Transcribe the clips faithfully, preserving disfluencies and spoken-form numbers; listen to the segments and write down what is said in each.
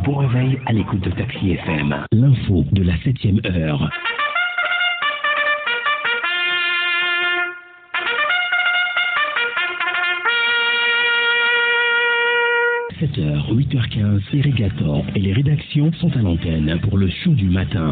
Bon réveil à l'écoute de Taxi F M. L'info de la septième heure. sept heures, huit heures quinze, Irrigator et les rédactions sont à l'antenne pour le show du matin.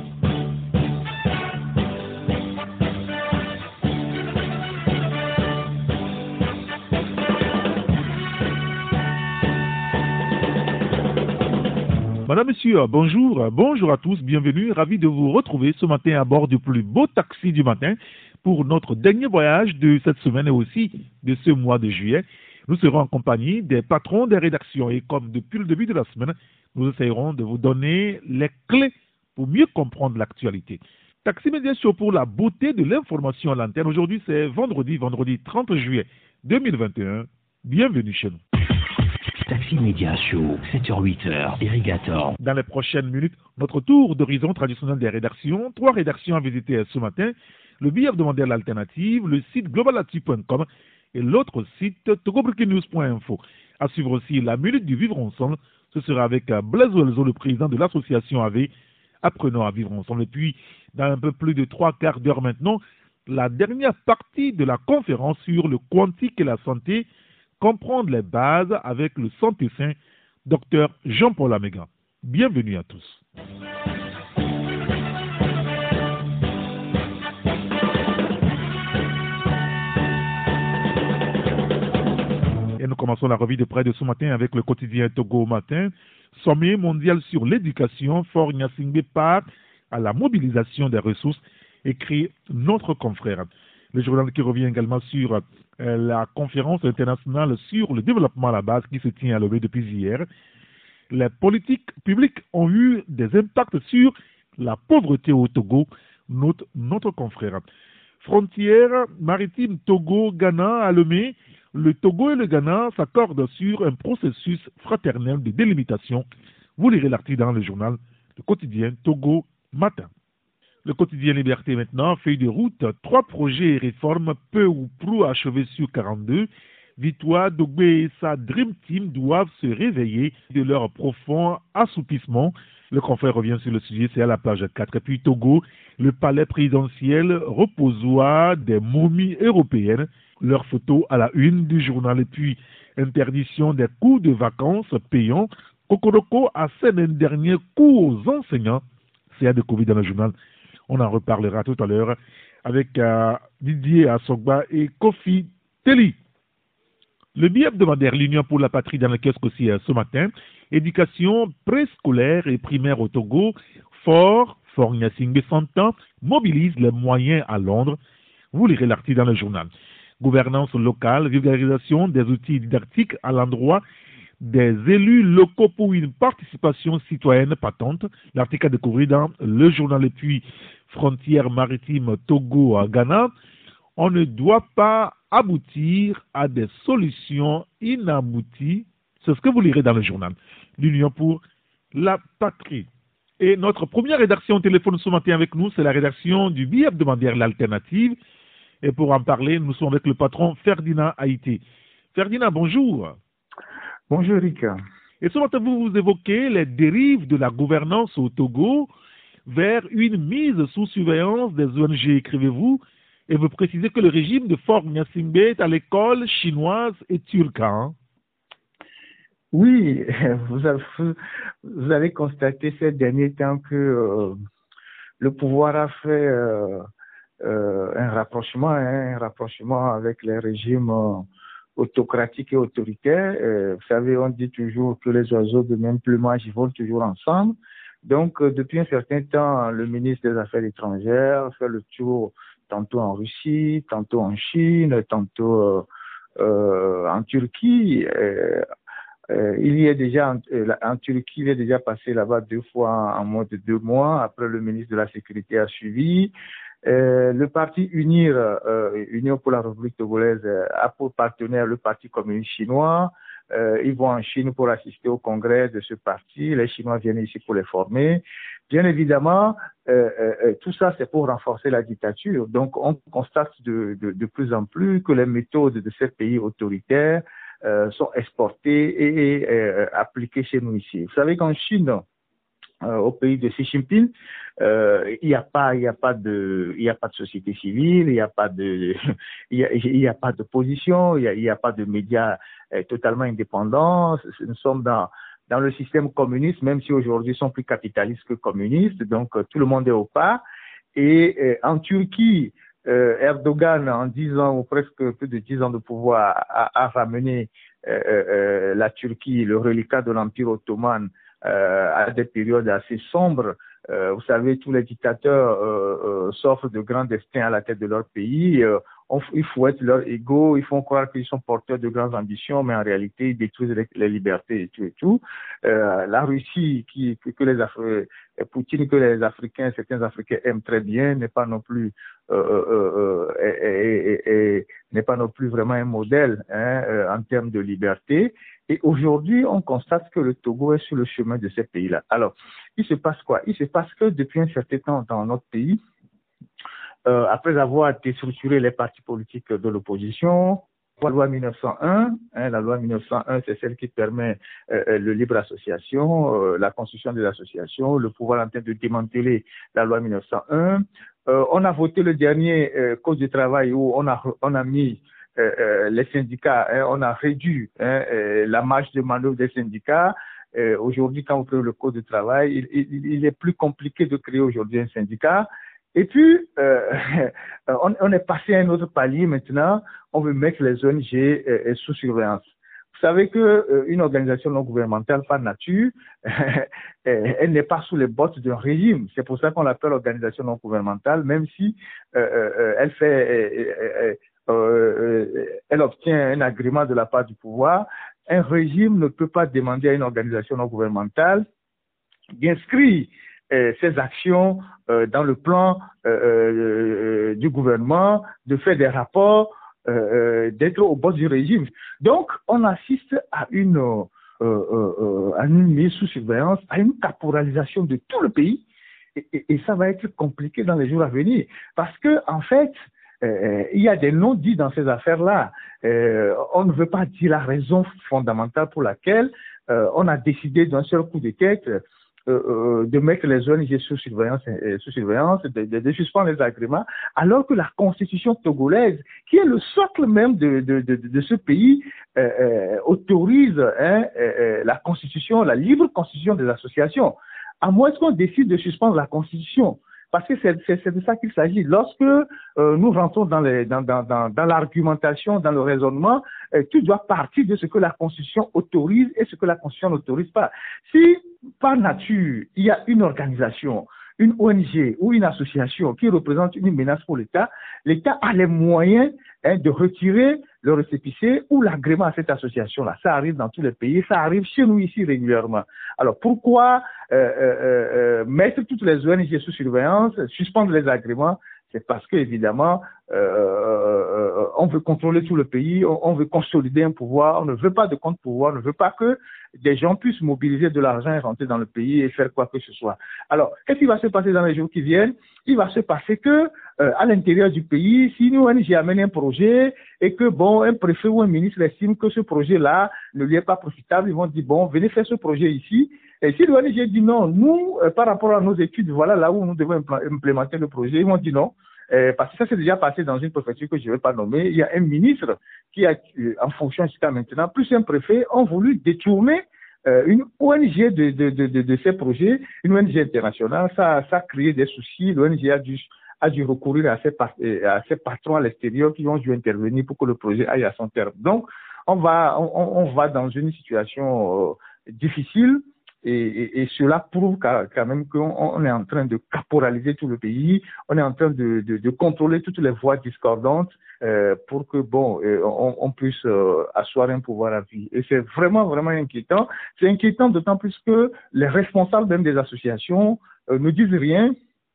Madame, Monsieur, bonjour, bonjour à tous, bienvenue, ravi de vous retrouver ce matin à bord du plus beau taxi du matin pour notre dernier voyage de cette semaine et aussi de ce mois de juillet. Nous serons en compagnie des patrons des rédactions et comme depuis le début de la semaine, nous essayerons de vous donner les clés pour mieux comprendre l'actualité. Taxi Média Show pour la beauté de l'information à l'antenne. Aujourd'hui, c'est vendredi, vendredi trente juillet deux mille vingt et un. Bienvenue chez nous. Taxi Média Show, sept heures huit heures, Irrigator. Dans les prochaines minutes, notre tour d'horizon traditionnel des rédactions. Trois rédactions à visiter ce matin. Le billet hebdomadaire l'alternative, le site globalactu point com et l'autre site togo breaking news point info. À suivre aussi la minute du vivre ensemble. Ce sera avec Blaise Welzo, le président de l'association A V. Apprenons à vivre ensemble. Et puis, dans un peu plus de trois quarts d'heure maintenant, la dernière partie de la conférence sur le quantique et la santé. Comprendre les bases avec le santé-saint, docteur Jean-Paul Amégan. Bienvenue à tous. Et nous commençons la revue de près de ce matin avec le quotidien Togo Matin. Sommet mondial sur l'éducation, Fort Gnassingbé part à la mobilisation des ressources, écrit notre confrère. Le journal qui revient également sur euh, la conférence internationale sur le développement à la base qui se tient à Lomé depuis hier. Les politiques publiques ont eu des impacts sur la pauvreté au Togo, note notre confrère. Frontière maritime Togo-Ghana à Lomé, le Togo et le Ghana s'accordent sur un processus fraternel de délimitation. Vous lirez l'article dans le journal, le quotidien Togo Matin. Le quotidien Liberté maintenant, feuille de route, trois projets et réformes peu ou prou achevés sur quarante-deux. Victoire, Dogbé et sa Dream Team doivent se réveiller de leur profond assoupissement. Le confrère revient sur le sujet, c'est à la page quatre. Et puis Togo, le palais présidentiel reposoir des momies européennes. Leur photo à la une du journal. Et puis interdiction des cours de vacances payants. Kokoroko assène un dernier coup aux enseignants. C'est à découvrir dans le journal. On en reparlera tout à l'heure avec euh, Didier Assogba et Kofi Teli. Le billet hebdomadaire L'Union pour la patrie dans le kiosque aussi euh, ce matin. Éducation préscolaire et primaire au Togo. Fort, Fort Gnassingbé cent ans, mobilise les moyens à Londres. Vous lirez l'article dans le journal. Gouvernance locale, vulgarisation des outils didactiques à l'endroit des élus locaux pour une participation citoyenne patente. L'article à découvrir dans le journal. Et puis, frontière maritime Togo à Ghana. On ne doit pas aboutir à des solutions inabouties. C'est ce que vous lirez dans le journal. L'Union pour la patrie. Et notre première rédaction au téléphone ce matin avec nous, c'est la rédaction du billet hebdomadaire L'Alternative. Et pour en parler, nous sommes avec le patron Ferdinand Haïté. Ferdinand, bonjour. Bonjour Rika. Et ce matin, vous vous évoquez les dérives de la gouvernance au Togo vers une mise sous surveillance des O N G, écrivez-vous, et vous précisez que le régime de Fort Gnassingbé est à l'école chinoise et turque. Hein? Oui, vous avez, vous avez constaté ces derniers temps que euh, le pouvoir a fait euh, euh, un rapprochement, hein, un rapprochement avec les régimes euh, autocratique et autoritaire. Euh, vous savez, on dit toujours que les oiseaux de même plumage, ils volent toujours ensemble. Donc, euh, depuis un certain temps, le ministre des Affaires étrangères fait le tour tantôt en Russie, tantôt en Chine, tantôt euh, euh, en Turquie. Euh, euh, il y est déjà en, euh, en Turquie, il est déjà passé là-bas deux fois en moins de deux mois. Après, le ministre de la Sécurité a suivi. Euh, le parti UNIR, euh, Union pour la République togolaise, euh, a pour partenaire le Parti communiste chinois. Euh, ils vont en Chine pour assister au congrès de ce parti. Les Chinois viennent ici pour les former. Bien évidemment, euh, euh, tout ça, c'est pour renforcer la dictature. Donc, on constate de, de, de plus en plus que les méthodes de ces pays autoritaires euh, sont exportés et, et euh, appliqués chez nous ici. Vous savez qu'en Chine, euh, au pays de Xi Jinping, euh, il n'y a pas, il y a pas de, il y a pas de société civile, il n'y a pas de, il y a, il y a pas d'opposition, il y a, il y a pas de médias euh, totalement indépendants. Nous sommes dans dans le système communiste, même si aujourd'hui ils sont plus capitalistes que communistes, donc euh, tout le monde est au pas. Et euh, en Turquie, euh, Erdogan, en dix ans ou presque plus de dix ans de pouvoir, a, a ramené euh, euh, la Turquie, le reliquat de l'Empire ottoman, euh, à des périodes assez sombres. Euh, vous savez, tous les dictateurs euh, euh, s'offrent de grands destins à la tête de leur pays. Euh, on, ils fouettent leur ego, ils font croire qu'ils sont porteurs de grandes ambitions, mais en réalité, ils détruisent les, les libertés et tout et tout. Euh, la Russie, qui, que, que les Afri- Poutine, que les Africains, certains Africains aiment très bien, n'est pas non plus, euh, euh, euh, et, et, et, n'est pas non plus vraiment un modèle hein, euh, en termes de liberté. Et aujourd'hui, on constate que le Togo est sur le chemin de ces pays-là. Alors, il se passe quoi? Il se passe que depuis un certain temps dans notre pays, euh, après avoir déstructuré les partis politiques de l'opposition, la loi mille neuf cent un, hein, la loi mille neuf cent un, c'est celle qui permet euh, le libre association, euh, la constitution des associations, le pouvoir en train de démanteler la loi mille neuf cent un. Euh, on a voté le dernier euh, code du travail où on a, on a mis euh, euh, les syndicats, hein, on a réduit hein, euh, la marge de manœuvre des syndicats. Euh, aujourd'hui, quand vous prenez le code du travail, il, il, il est plus compliqué de créer aujourd'hui un syndicat. Et puis, euh, on, on est passé à un autre palier maintenant, on veut mettre les O N G euh, sous surveillance. Vous savez que euh, une organisation non gouvernementale par nature, elle n'est pas sous les bottes d'un régime. C'est pour ça qu'on l'appelle organisation non gouvernementale, même si euh, euh, elle fait, euh, euh, euh, elle obtient un agrément de la part du pouvoir. Un régime ne peut pas demander à une organisation non gouvernementale d'inscrire Euh, ses actions euh, dans le plan euh, euh, du gouvernement, de faire des rapports, euh, euh, d'être au bord du régime. Donc, on assiste à une, euh, euh, à une mise sous surveillance, à une caporalisation de tout le pays, et, et, et ça va être compliqué dans les jours à venir, parce que en fait, euh, il y a des non-dits dans ces affaires-là. Euh, on ne veut pas dire la raison fondamentale pour laquelle euh, on a décidé d'un seul coup de tête Euh, euh, de mettre les O N G sous surveillance, euh, sous surveillance de, de, de suspendre les agréments, alors que la constitution togolaise, qui est le socle même de, de, de, de ce pays, euh, euh, autorise hein, euh, la constitution, la libre constitution des associations. À moins qu'on décide de suspendre la constitution. Parce que c'est de ça qu'il s'agit. Lorsque euh, nous rentrons dans, les, dans, dans, dans, dans l'argumentation, dans le raisonnement, euh, tout doit partir de ce que la Constitution autorise et ce que la Constitution n'autorise pas. Si, par nature, il y a une organisation, une O N G ou une association qui représente une menace pour l'État, l'État a les moyens hein, de retirer le récépissé ou l'agrément à cette association-là. Ça arrive dans tous les pays, ça arrive chez nous ici régulièrement. Alors pourquoi euh, euh, euh, mettre toutes les O N G sous surveillance, suspendre les agréments? C'est parce que évidemment, euh, euh, on veut contrôler tout le pays, on, on veut consolider un pouvoir, on ne veut pas de contre-pouvoir, on ne veut pas que des gens puissent mobiliser de l'argent et rentrer dans le pays et faire quoi que ce soit. Alors, qu'est-ce qui va se passer dans les jours qui viennent? Il va se passer que, euh, à l'intérieur du pays, si nous, O N G amène un projet et que, bon, un préfet ou un ministre estime que ce projet-là ne lui est pas profitable, ils vont dire, bon, venez faire ce projet ici. Et si l'O N G dit non, nous, euh, par rapport à nos études, voilà là où nous devons implémenter le projet, ils vont dire non. Euh, parce que ça s'est déjà passé dans une préfecture que je ne vais pas nommer. Il y a un ministre qui a, euh, en fonction jusqu'à maintenant, plus un préfet, ont voulu détourner euh, une O N G de, de, de, de, de ces projets, une O N G internationale. Ça, ça a créé des soucis. L'O N G a dû, a dû recourir à ses, à ses patrons à l'extérieur qui ont dû intervenir pour que le projet aille à son terme. Donc, on va, on, on va dans une situation euh, difficile. Et, et, et cela prouve quand même qu'on on est en train de caporaliser tout le pays, on est en train de, de, de contrôler toutes les voix discordantes euh, pour que bon, euh, on, on puisse euh, asseoir un pouvoir à vie. Et c'est vraiment, vraiment inquiétant. C'est inquiétant d'autant plus que les responsables même des associations euh, ne disent rien.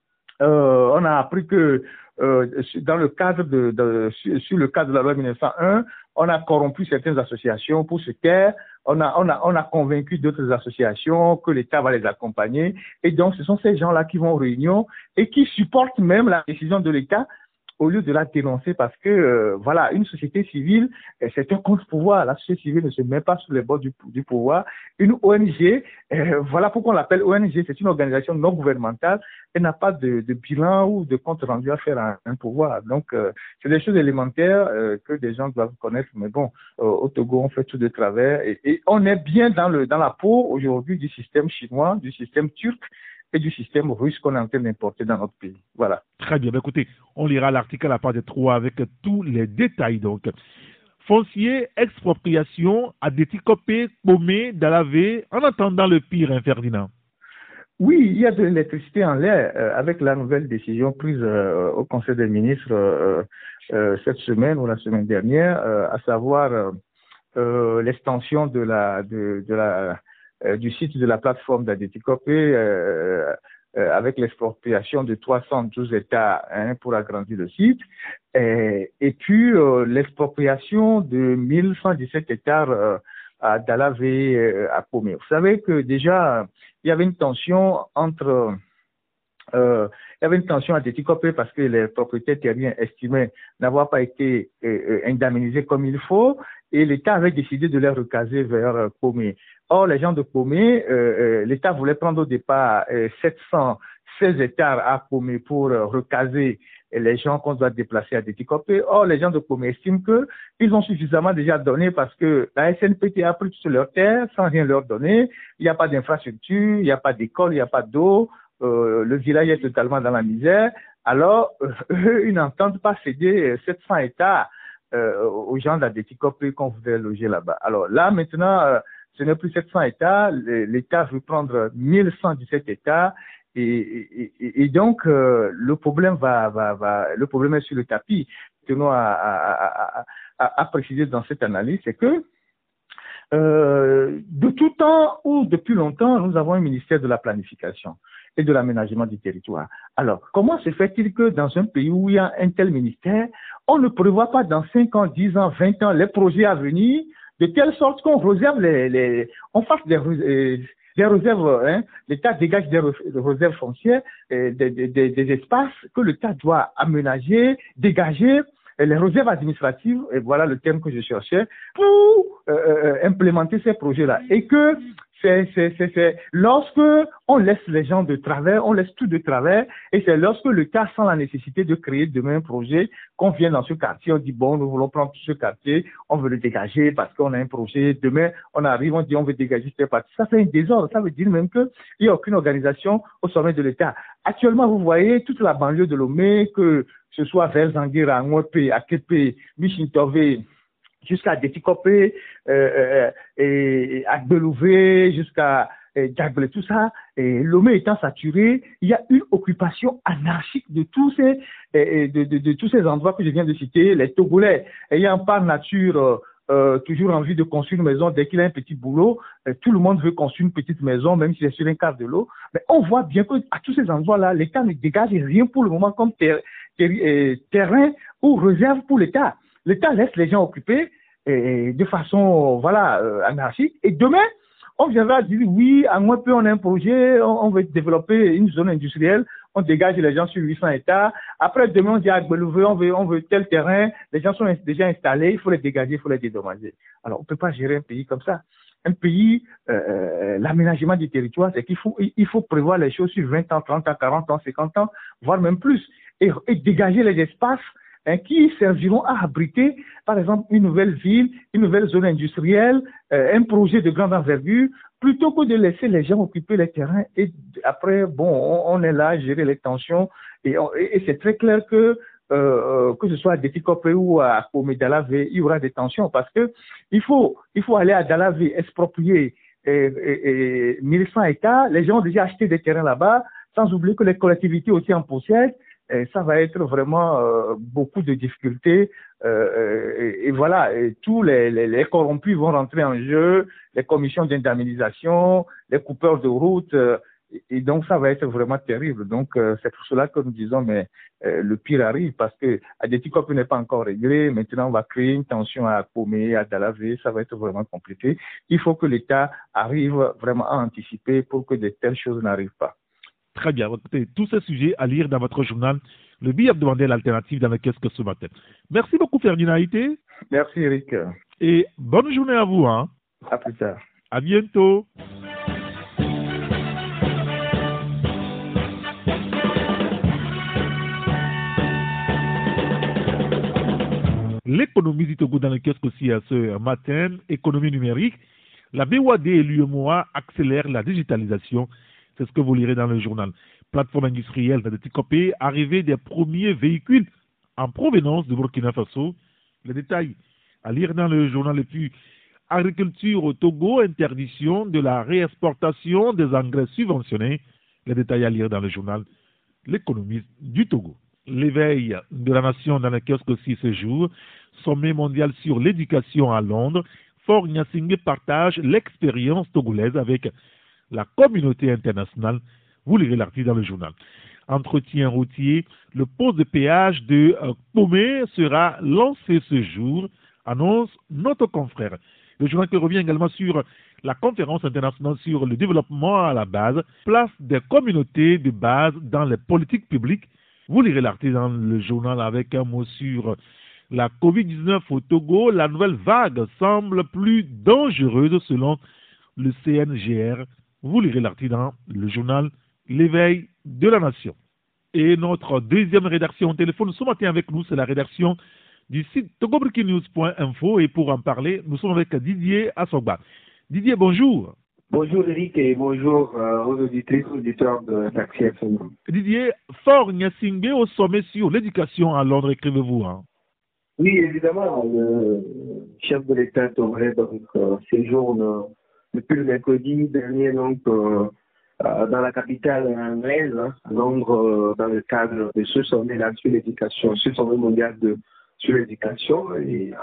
Euh, on a appris que euh, dans le cadre de, de sur, sur le cadre de la loi mille neuf cent un, on a corrompu certaines associations pour se taire. On a, on a, on a convaincu d'autres associations que l'État va les accompagner. Et donc, ce sont ces gens-là qui vont en réunion et qui supportent même la décision de l'État au lieu de la dénoncer parce que, euh, voilà, une société civile, euh, c'est un contre-pouvoir. La société civile ne se met pas sous les bords du, du pouvoir. Une O N G, euh, voilà pourquoi on l'appelle O N G, c'est une organisation non gouvernementale. Elle n'a pas de, de bilan ou de compte rendu à faire à un pouvoir. Donc, euh, c'est des choses élémentaires euh, que des gens doivent connaître. Mais bon, euh, au Togo, on fait tout de travers. Et, et on est bien dans, le, dans la peau aujourd'hui du système chinois, du système turc et du système russe qu'on est en train d'importer dans notre pays. Voilà. Très bien. Ben, écoutez, on lira l'article à la page trois avec tous les détails. Donc, foncier, expropriation, Adétikopé, Pomé, Dalavé, en attendant le pire, hein, Ferdinand. Oui, il y a de l'électricité en l'air euh, avec la nouvelle décision prise euh, au Conseil des ministres euh, euh, cette semaine ou la semaine dernière, euh, à savoir euh, euh, l'extension de la, de, de la, euh, du site de la plateforme d'Adétikopé euh, euh, avec l'expropriation de trois cent douze hectares hein, pour agrandir le site et, et puis euh, l'expropriation de mille cent dix-sept hectares euh, à Dalavé, euh, à Pomé. Vous savez que déjà, il y avait une tension entre, euh, il y avait une tension à Adétikopé parce que les propriétaires terriens estimaient n'avoir pas été euh, indemnisés comme il faut et l'État avait décidé de les recaser vers euh, Pomé. Or, les gens de Pomé, euh, euh, l'État voulait prendre au départ euh, sept cent seize hectares à Pomé pour euh, recaser les gens qu'on doit déplacer à Adétikopé. Or, les gens de Pomé estiment qu'ils ont suffisamment déjà donné parce que la S N P T a pris toutes leurs terres sans rien leur donner. Il n'y a pas d'infrastructure, il n'y a pas d'école, il n'y a pas d'eau. Euh, le village est totalement dans la misère. Alors, euh, eux, ils n'entendent pas céder sept cents hectares euh, aux gens d'Adétikopé qu'on voudrait loger là-bas. Alors là, maintenant, euh, ce n'est plus sept cents hectares. L'État veut prendre mille cent dix-sept hectares. Et, et, et donc, euh, le problème va, va, va, le problème est sur le tapis. Tenons à, à, à, à, à préciser dans cette analyse, c'est que euh, de tout temps ou depuis longtemps, nous avons un ministère de la planification et de l'aménagement du territoire. Alors, comment se fait-il que dans un pays où il y a un tel ministère, on ne prévoit pas dans cinq ans, dix ans, vingt ans les projets à venir, de telle sorte qu'on réserve les, les, on fasse des, euh, des réserves, hein, l'État dégage des réserves foncières, euh, des, des, des, des espaces que l'État doit aménager, dégager, et les réserves administratives, et voilà le terme que je cherchais, pour euh, euh, implémenter ces projets-là. Et que c'est, c'est, c'est, c'est lorsque on laisse les gens de travers, on laisse tout de travers, et c'est lorsque l'État sent la nécessité de créer demain un projet, qu'on vient dans ce quartier, on dit bon, nous voulons prendre tout ce quartier, on veut le dégager parce qu'on a un projet, demain on arrive, on dit on veut dégager cette partie. Ça fait un désordre, ça veut dire même qu'il n'y a aucune organisation au sommet de l'État. Actuellement, vous voyez toute la banlieue de Lomé, que ce soit vers Zanguira, Ngwepe, Akepe, Michintové, jusqu'à Adétikopé, euh, euh, et à Belouvé, jusqu'à Diagbel, tout ça, et Lomé étant saturé, il y a une occupation anarchique de tous ces, de, de, de tous ces endroits que je viens de citer. Les Togolais ayant par nature euh, euh, toujours envie de construire une maison dès qu'il a un petit boulot, euh, tout le monde veut construire une petite maison, même s'il est sur un quart de l'eau. Mais on voit bien que à tous ces endroits-là, l'État ne dégage rien pour le moment comme ter ter terrain ou réserve pour l'État. L'État laisse les gens occupés et de façon voilà euh, anarchique. Et demain, on viendra dire oui, à moins peu on a un projet, on, on veut développer une zone industrielle, on dégage les gens sur huit cents hectares. Après demain on dit à Belouvé, on veut, on veut tel terrain, les gens sont déjà installés, il faut les dégager, il faut les dédommager. Alors on peut pas gérer un pays comme ça. Un pays, euh, l'aménagement du territoire, c'est qu'il faut, il faut prévoir les choses sur vingt ans, trente ans, quarante ans, cinquante ans, voire même plus, et, et dégager les espaces hein, qui serviront à abriter, par exemple, une nouvelle ville, une nouvelle zone industrielle, euh, un projet de grande envergure, plutôt que de laisser les gens occuper les terrains. Et après, bon, on, on est là à gérer les tensions, et, on, et, et c'est très clair que Euh, que ce soit à Adétikopé ou à Pomé Dalavé, il y aura des tensions parce que il faut, il faut aller à Dalavé exproprier et, et, et mille cent hectares. Les gens ont déjà acheté des terrains là-bas, sans oublier que les collectivités aussi en possèdent. Et ça va être vraiment euh, beaucoup de difficultés. Euh, et, et voilà, et tous les, les, les corrompus vont rentrer en jeu, les commissions d'indemnisation, les coupeurs de route. Euh, Et donc, ça va être vraiment terrible. Donc, euh, c'est pour cela que nous disons, mais euh, le pire arrive parce que Adétikopé n'est pas encore réglé. Maintenant, on va créer une tension à Pomé, à Dalavé. Ça va être vraiment compliqué. Il faut que l'État arrive vraiment à anticiper pour que de telles choses n'arrivent pas. Très bien. Écoutez, tous ces sujets à lire dans votre journal, le billet demandé l'alternative dans le Qu'est-ce que ce matin. Merci beaucoup, Ferdinand Haïté. Merci, Eric. Et bonne journée à vous. Hein. À plus tard. À bientôt. L'économie du Togo dans le kiosque aussi à ce matin, économie numérique. La B O A D et l'U E M O A accélèrent la digitalisation. C'est ce que vous lirez dans le journal. Plateforme industrielle de Tikopé, arrivée des premiers véhicules en provenance de Burkina Faso. Les détails à lire dans le journal. Et puis, agriculture au Togo, interdiction de la réexportation des engrais subventionnés. Les détails à lire dans le journal. L'économie du Togo. L'éveil de la nation dans le kiosque aussi ce jour. Sommet mondial sur l'éducation à Londres. Fort Gnassingbé partage l'expérience togolaise avec la communauté internationale. Vous lirez l'article dans le journal. Entretien routier. Le poste de péage de euh, Pomé sera lancé ce jour, annonce notre confrère. Le journal qui revient également sur la conférence internationale sur le développement à la base, place des communautés de base dans les politiques publiques. Vous lirez l'article dans le journal avec un mot sur la covid dix-neuf au Togo. La nouvelle vague semble plus dangereuse selon le C N G R. Vous lirez l'article dans le journal L'éveil de la nation. Et notre deuxième rédaction au téléphone ce matin avec nous, c'est la rédaction du site togobrikinews point info. Et pour en parler, nous sommes avec Didier Assogba. Didier, bonjour. Bonjour Eric et bonjour euh, aux auditrices et auditeurs de Taxi F M. Didier, Fort Gnassingbé au sommet sur l'éducation à Londres, écrivez-vous. Hein. Oui, évidemment, le chef de l'État togolais donc euh, séjourne euh, depuis le mercredi dernier donc euh, euh, dans la capitale anglaise, hein, à Londres, euh, dans le cadre de ce sommet-là sur l'éducation, ce sommet mondial de, sur l'éducation. Et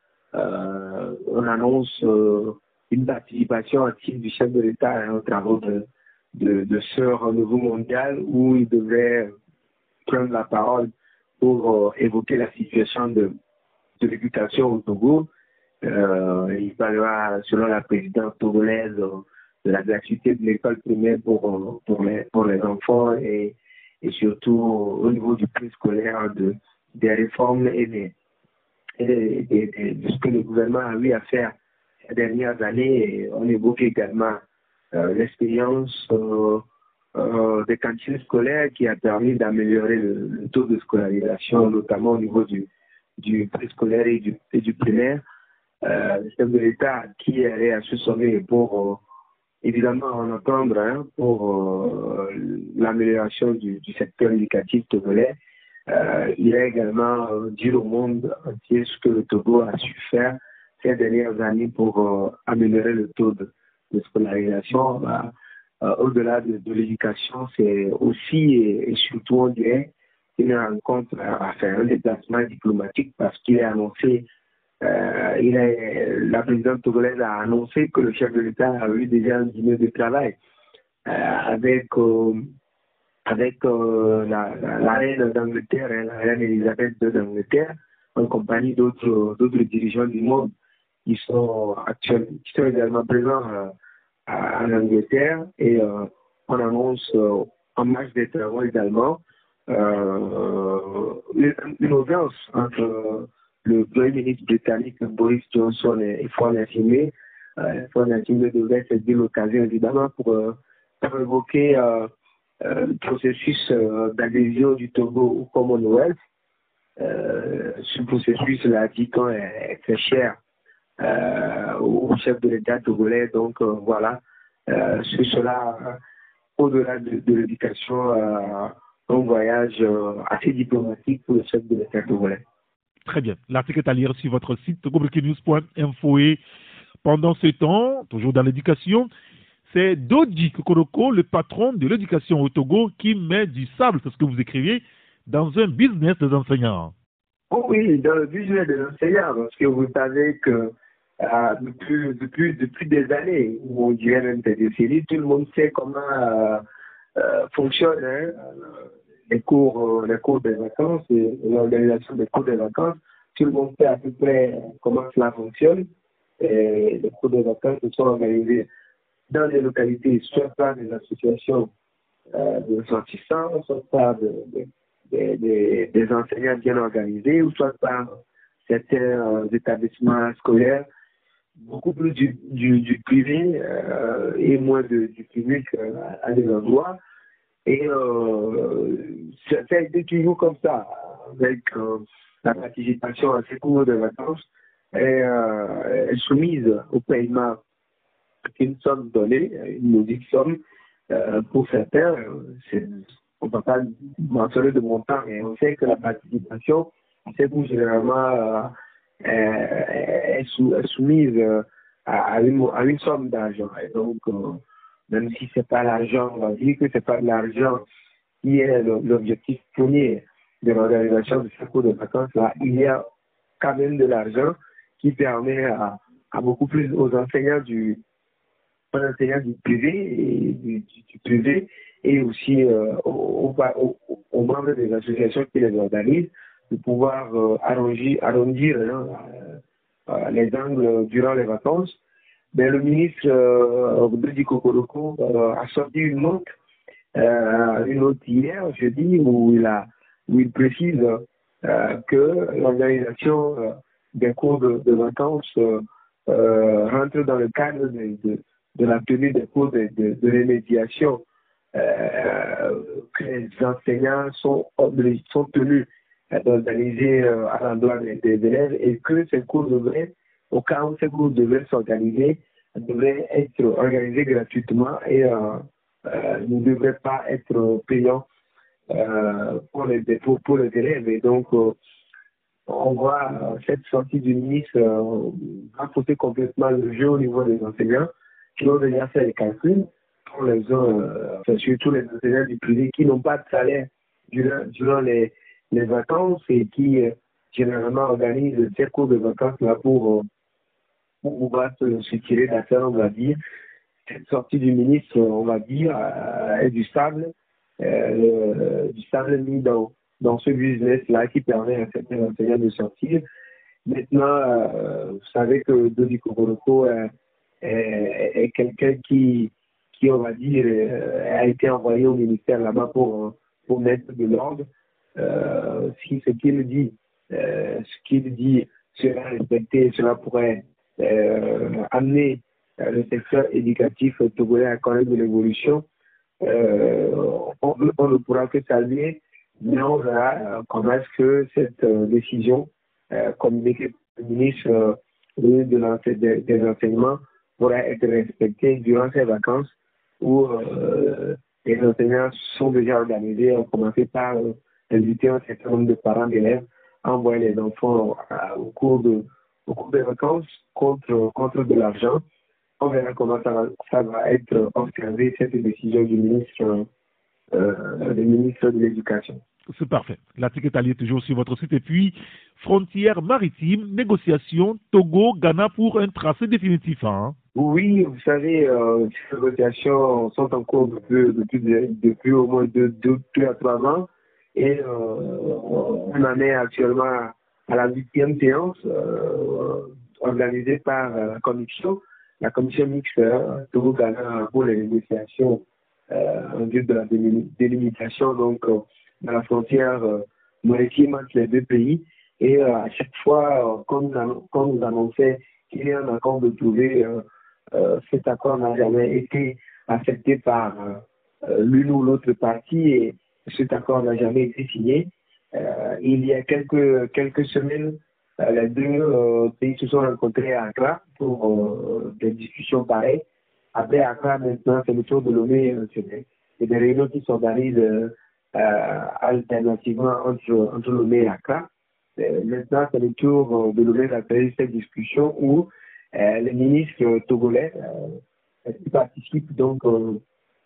euh, on annonce euh, une participation active du chef de l'État aux travaux de, de, de ce rendez-vous mondial où il devrait prendre la parole pour euh, évoquer la situation de, de l'éducation au Togo. Euh, il parlera, selon la présidence togolaise, euh, de la gratuité de l'école primaire pour, pour, les, pour les enfants et, et surtout au niveau du préscolaire de, des réformes et, des, et des, des, des, de ce que le gouvernement a eu à faire ces dernières années. Et on évoque également euh, l'expérience euh, euh, des cantines scolaires qui a permis d'améliorer le, le taux de scolarisation, notamment au niveau du, du préscolaire et du, et du primaire. Euh, le chef de l'État qui est allé à ce sommet pour euh, évidemment en entendre hein, pour euh, l'amélioration du, du secteur éducatif togolais. Euh, il a également euh, dit au monde entier ce que le Togo a su faire ces dernières années pour euh, améliorer le taux de, de scolarisation. Bah, euh, au-delà de, de l'éducation, c'est aussi et, et surtout, on dirait, une rencontre à, à faire un déplacement diplomatique parce qu'il a annoncé Euh, il est, la présidente togolaise a annoncé que le chef de l'État a eu déjà un dîner de travail euh, avec, euh, avec euh, la, la, la reine d'Angleterre, hein, la reine Elisabeth deux d'Angleterre, en compagnie d'autres d'autres dirigeants du monde qui sont actuellement qui sont également présents euh, en Angleterre et euh, on annonce euh, en marge des travaux également euh, une, une audience entre euh, le Premier ministre britannique Boris Johnson et Fort Gnassingbé. Euh, Fort Gnassingbé devrait saisir l'occasion évidemment pour, euh, pour évoquer euh, euh, le processus euh, d'adhésion du Togo au Commonwealth. Euh, ce processus-là, dit-on, est, est très cher euh, au chef de l'État togolais. Donc euh, voilà, euh, c'est cela, euh, au-delà de, de l'éducation, euh, un voyage euh, assez diplomatique pour le chef de l'État togolais. Très bien. L'article est à lire sur votre site togobrikinews point info. Et pendant ce temps, toujours dans l'éducation, c'est Dodji Kokoroko, le patron de l'éducation au Togo, qui met du sable, c'est ce que vous écrivez, dans un business des enseignants. Oh oui, dans le business des enseignants, parce que vous savez que euh, depuis, depuis, depuis des années, ou on dirait même des décennies, tout le monde sait comment euh, euh, fonctionne hein, les cours, les cours des vacances et l'organisation des cours des vacances. Tout le monde sait à peu près comment cela fonctionne. Et les cours des vacances se sont organisés dans les localités, soit par des associations euh, de ressortissants, soit par de, de, de, de, des enseignants bien organisés, ou soit par certains euh, établissements scolaires, beaucoup plus du, du, du privé euh, et moins de, du public euh, à des endroits. Et euh, ça, ça a été toujours comme ça, avec euh, la participation à ces cours de vacances et, euh, est soumise au paiement d'une somme donnée, une modique somme. Euh, pour certains, on ne peut pas mentionner de montant, mais on sait que la participation à ces cours généralement euh, est, est, sou, est soumise à, à, une, à une somme d'argent. Et donc, euh, même si ce n'est pas l'argent, on va dire que ce n'est pas de l'argent qui est l'objectif premier de l'organisation de ce cours de vacances, là, il y a quand même de l'argent qui permet à, à beaucoup plus aux enseignants du, aux enseignants du privé et du, du, du privé et aussi euh, aux, aux, aux membres des associations qui les organisent de pouvoir euh, arranger, arrondir hein, euh, les angles durant les vacances. Mais le ministre euh, Dodi Kokoroko euh, a sorti une note, euh, une note hier, jeudi, où il, a, où il précise euh, que l'organisation euh, des cours de, de vacances euh, euh, rentre dans le cadre de, de, de la tenue des cours de, de, de remédiation euh, que les enseignants sont, sont tenus d'organiser euh, à l'endroit des, des élèves et que ces cours devraient, au cas où ces cours devraient s'organiser, devraient être organisés gratuitement et euh, euh, ne devraient pas être payants euh, pour, les, pour, pour les élèves. Et donc, euh, on voit euh, cette sortie du ministre euh, renforcer complètement le jeu au niveau des enseignants qui ont déjà fait les calculs pour les uns, euh, surtout les enseignants du privé qui n'ont pas de salaire durant, durant les, les vacances et qui euh, généralement organisent ces cours de vacances là pour, euh, pour pouvoir se, se tirer d'affaire, on va dire. Cette sortie du ministre, on va dire, euh, est du sable, euh, le, du sable mis dans, dans ce business-là qui permet à certains enseignants de sortir. Maintenant, euh, vous savez que Dodi Kokoroko est, est, est quelqu'un qui, qui, on va dire, a été envoyé au ministère là-bas pour, pour mettre de l'ordre. Euh, si ce qu'il dit, euh, ce qu'il dit sera respecté, cela pourrait euh, amener euh, le secteur éducatif togolais à connaître de l'évolution. Euh, on, on ne pourra que saluer, mais on verra euh, comment est-ce que cette euh, décision euh, communiquée par le ministre euh, de des, des enseignements pourra être respectée durant ces vacances où euh, les enseignants sont déjà organisés. On commençait par euh, inviter un certain nombre de parents d'élèves à envoyer les enfants euh, au cours de au cours des vacances contre, contre de l'argent. On verra comment ça va, ça va être observé, cette décision du ministre, euh, du ministre de l'Éducation. C'est parfait. L'article est allié toujours sur votre site. Et puis, frontières maritimes, négociations, Togo, Ghana pour un tracé définitif. Hein? Oui, vous savez, euh, ces négociations sont en cours depuis, depuis, depuis au moins deux, deux, deux à trois ans. Et euh, on en est actuellement à la huitième séance euh, organisée par la commission, la commission mixte euh, Togo-Ghana pour les négociations euh, en vue de la délimitation donc euh, dans la frontière euh, maritime entre les deux pays. Et euh, à chaque fois, euh, comme, comme nous annonçait qu'il y a un accord de trouver, euh, euh, cet accord n'a jamais été accepté par euh, l'une ou l'autre partie et cet accord n'a jamais été signé. Euh, il y a quelques, quelques semaines, euh, les deux euh, pays se sont rencontrés à Accra pour euh, des discussions pareilles. Après Accra, maintenant, c'est le tour de Lomé. Euh, c'est des réunions qui s'organisent euh, euh, alternativement entre, entre Lomé et Accra. Euh, maintenant, c'est le tour de Lomé d'appeler cette discussion où euh, les ministres togolais euh, qui participent donc euh,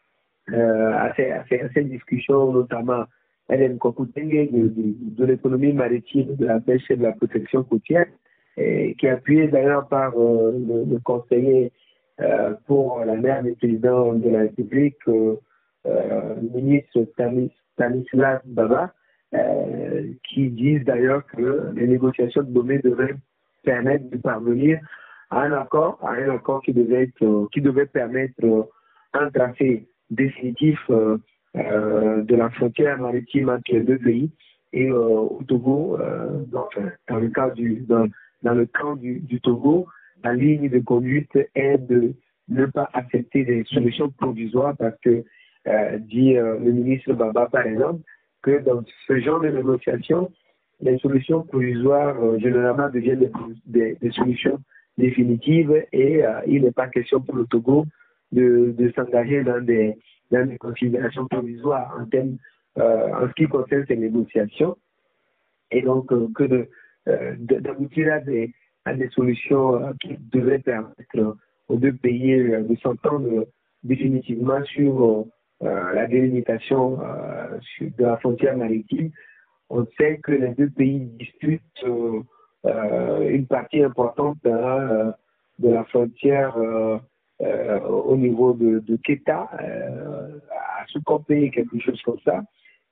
euh, à, ces, à, ces, à ces discussions, notamment Hélène Kokutenge de, de, de l'économie maritime, de la pêche et de la protection côtière, et qui est appuyé d'ailleurs par euh, le, le conseiller euh, pour la mer du président de la République, euh, euh, le ministre Stanis, Stanislas Baba, euh, qui disent d'ailleurs que les négociations de Lomé devraient permettre de parvenir à un accord, à un accord qui devait, être, qui devait permettre un tracé définitif euh, euh, de la frontière maritime entre les deux pays. Et euh, au Togo, euh, dans, dans le cas du dans, dans le camp du, du Togo, la ligne de conduite est de ne pas accepter des solutions provisoires parce que euh, dit euh, le ministre Baba par exemple que dans ce genre de négociations, les solutions provisoires euh, généralement deviennent des, des, des solutions définitives et euh, il n'est pas question pour le Togo de, de s'engager dans des, dans des considérations provisoires en termes Euh, en ce qui concerne ces négociations, et donc euh, que de, euh, d'aboutir à des, à des solutions euh, qui devraient permettre aux deux pays euh, de s'entendre définitivement sur euh, la délimitation euh, sur, de la frontière maritime. On sait que les deux pays disputent euh, euh, une partie importante euh, de la frontière euh, euh, au niveau de, de Keta, euh, à Soukopé, quelque chose comme ça,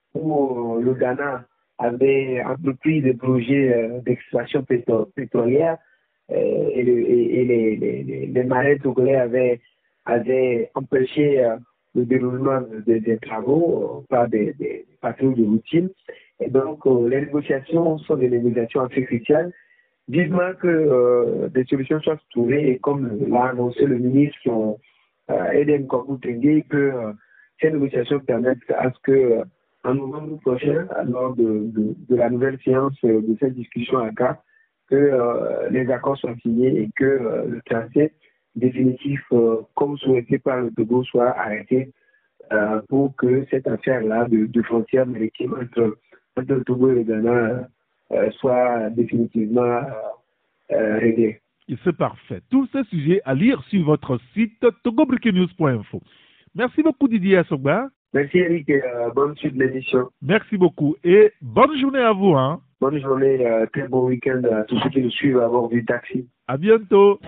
où le Ghana avait entrepris des projets euh, d'extraction pétro pétrolière euh, et, le, et, et les, les, les marins togolais avaient, avaient empêché euh, le déroulement des de, de travaux euh, par des, des patrouilles de routine. Et donc, euh, les négociations sont des négociations assez cruciales. Vivement que euh, des solutions soient trouvées, et comme l'a annoncé le ministre euh, Eden Kokou-Tengue, que euh, ces négociations permettent à ce que euh, en novembre prochain, lors de, de, de la nouvelle séance de cette discussion à CAP, que euh, les accords soient signés et que euh, le tracé définitif, euh, comme souhaité par le Togo, soit arrêté euh, pour que cette affaire-là de, de frontière maritime entre, entre le Togo et le Ghana euh, soit définitivement euh, euh, réglée. Et c'est parfait. Tous ces sujets à lire sur votre site togo breaking news point info. Merci beaucoup Didier Assogba. Merci Eric et euh, bonne suite de l'édition. Merci beaucoup et bonne journée à vous. Hein. Bonne journée, euh, très bon week-end à tous ceux qui nous suivent à bord du taxi. À bientôt.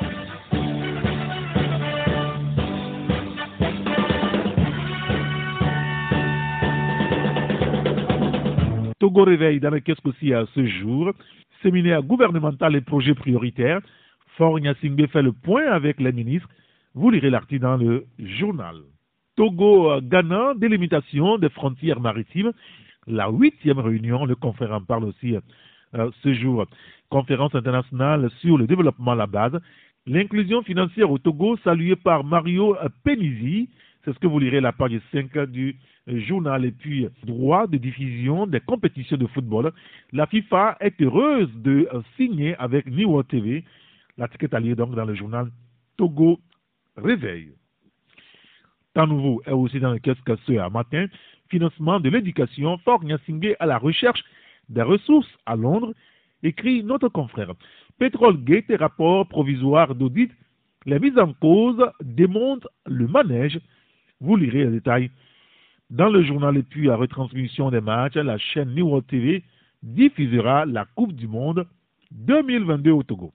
Togo réveille dans le Qu'est-ce aussi à ce jour. Séminaire gouvernemental et projets prioritaires. Faure Gnassingbé fait le point avec les ministres. Vous lirez l'article dans le journal. Togo-Ghana, délimitation des frontières maritimes. La huitième réunion, le confrère en parle aussi euh, ce jour. Conférence internationale sur le développement à la base. L'inclusion financière au Togo, saluée par Mario Penizi. C'est ce que vous lirez à la page cinq du journal. Et puis, droit de diffusion des compétitions de football. La FIFA est heureuse de signer avec Niwo T V. L'article est allié donc dans le journal Togo Réveil. Temps nouveau est aussi dans le Qu'est-ce que c'est à matin. Financement de l'éducation, Faure Gnassingbé à la recherche des ressources à Londres, écrit notre confrère. Pétrole Gate et rapport provisoire d'audit, les mises en cause démontrent le manège. Vous lirez les détails dans le journal. Et puis, à retransmission des matchs, la chaîne Niwo T V diffusera la Coupe du Monde deux mille vingt-deux au Togo.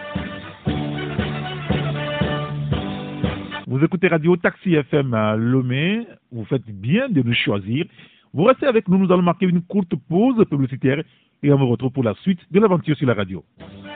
Vous écoutez Radio Taxi F M à Lomé, vous faites bien de nous choisir. Vous restez avec nous, nous allons marquer une courte pause publicitaire et on vous retrouve pour la suite de l'aventure sur la radio.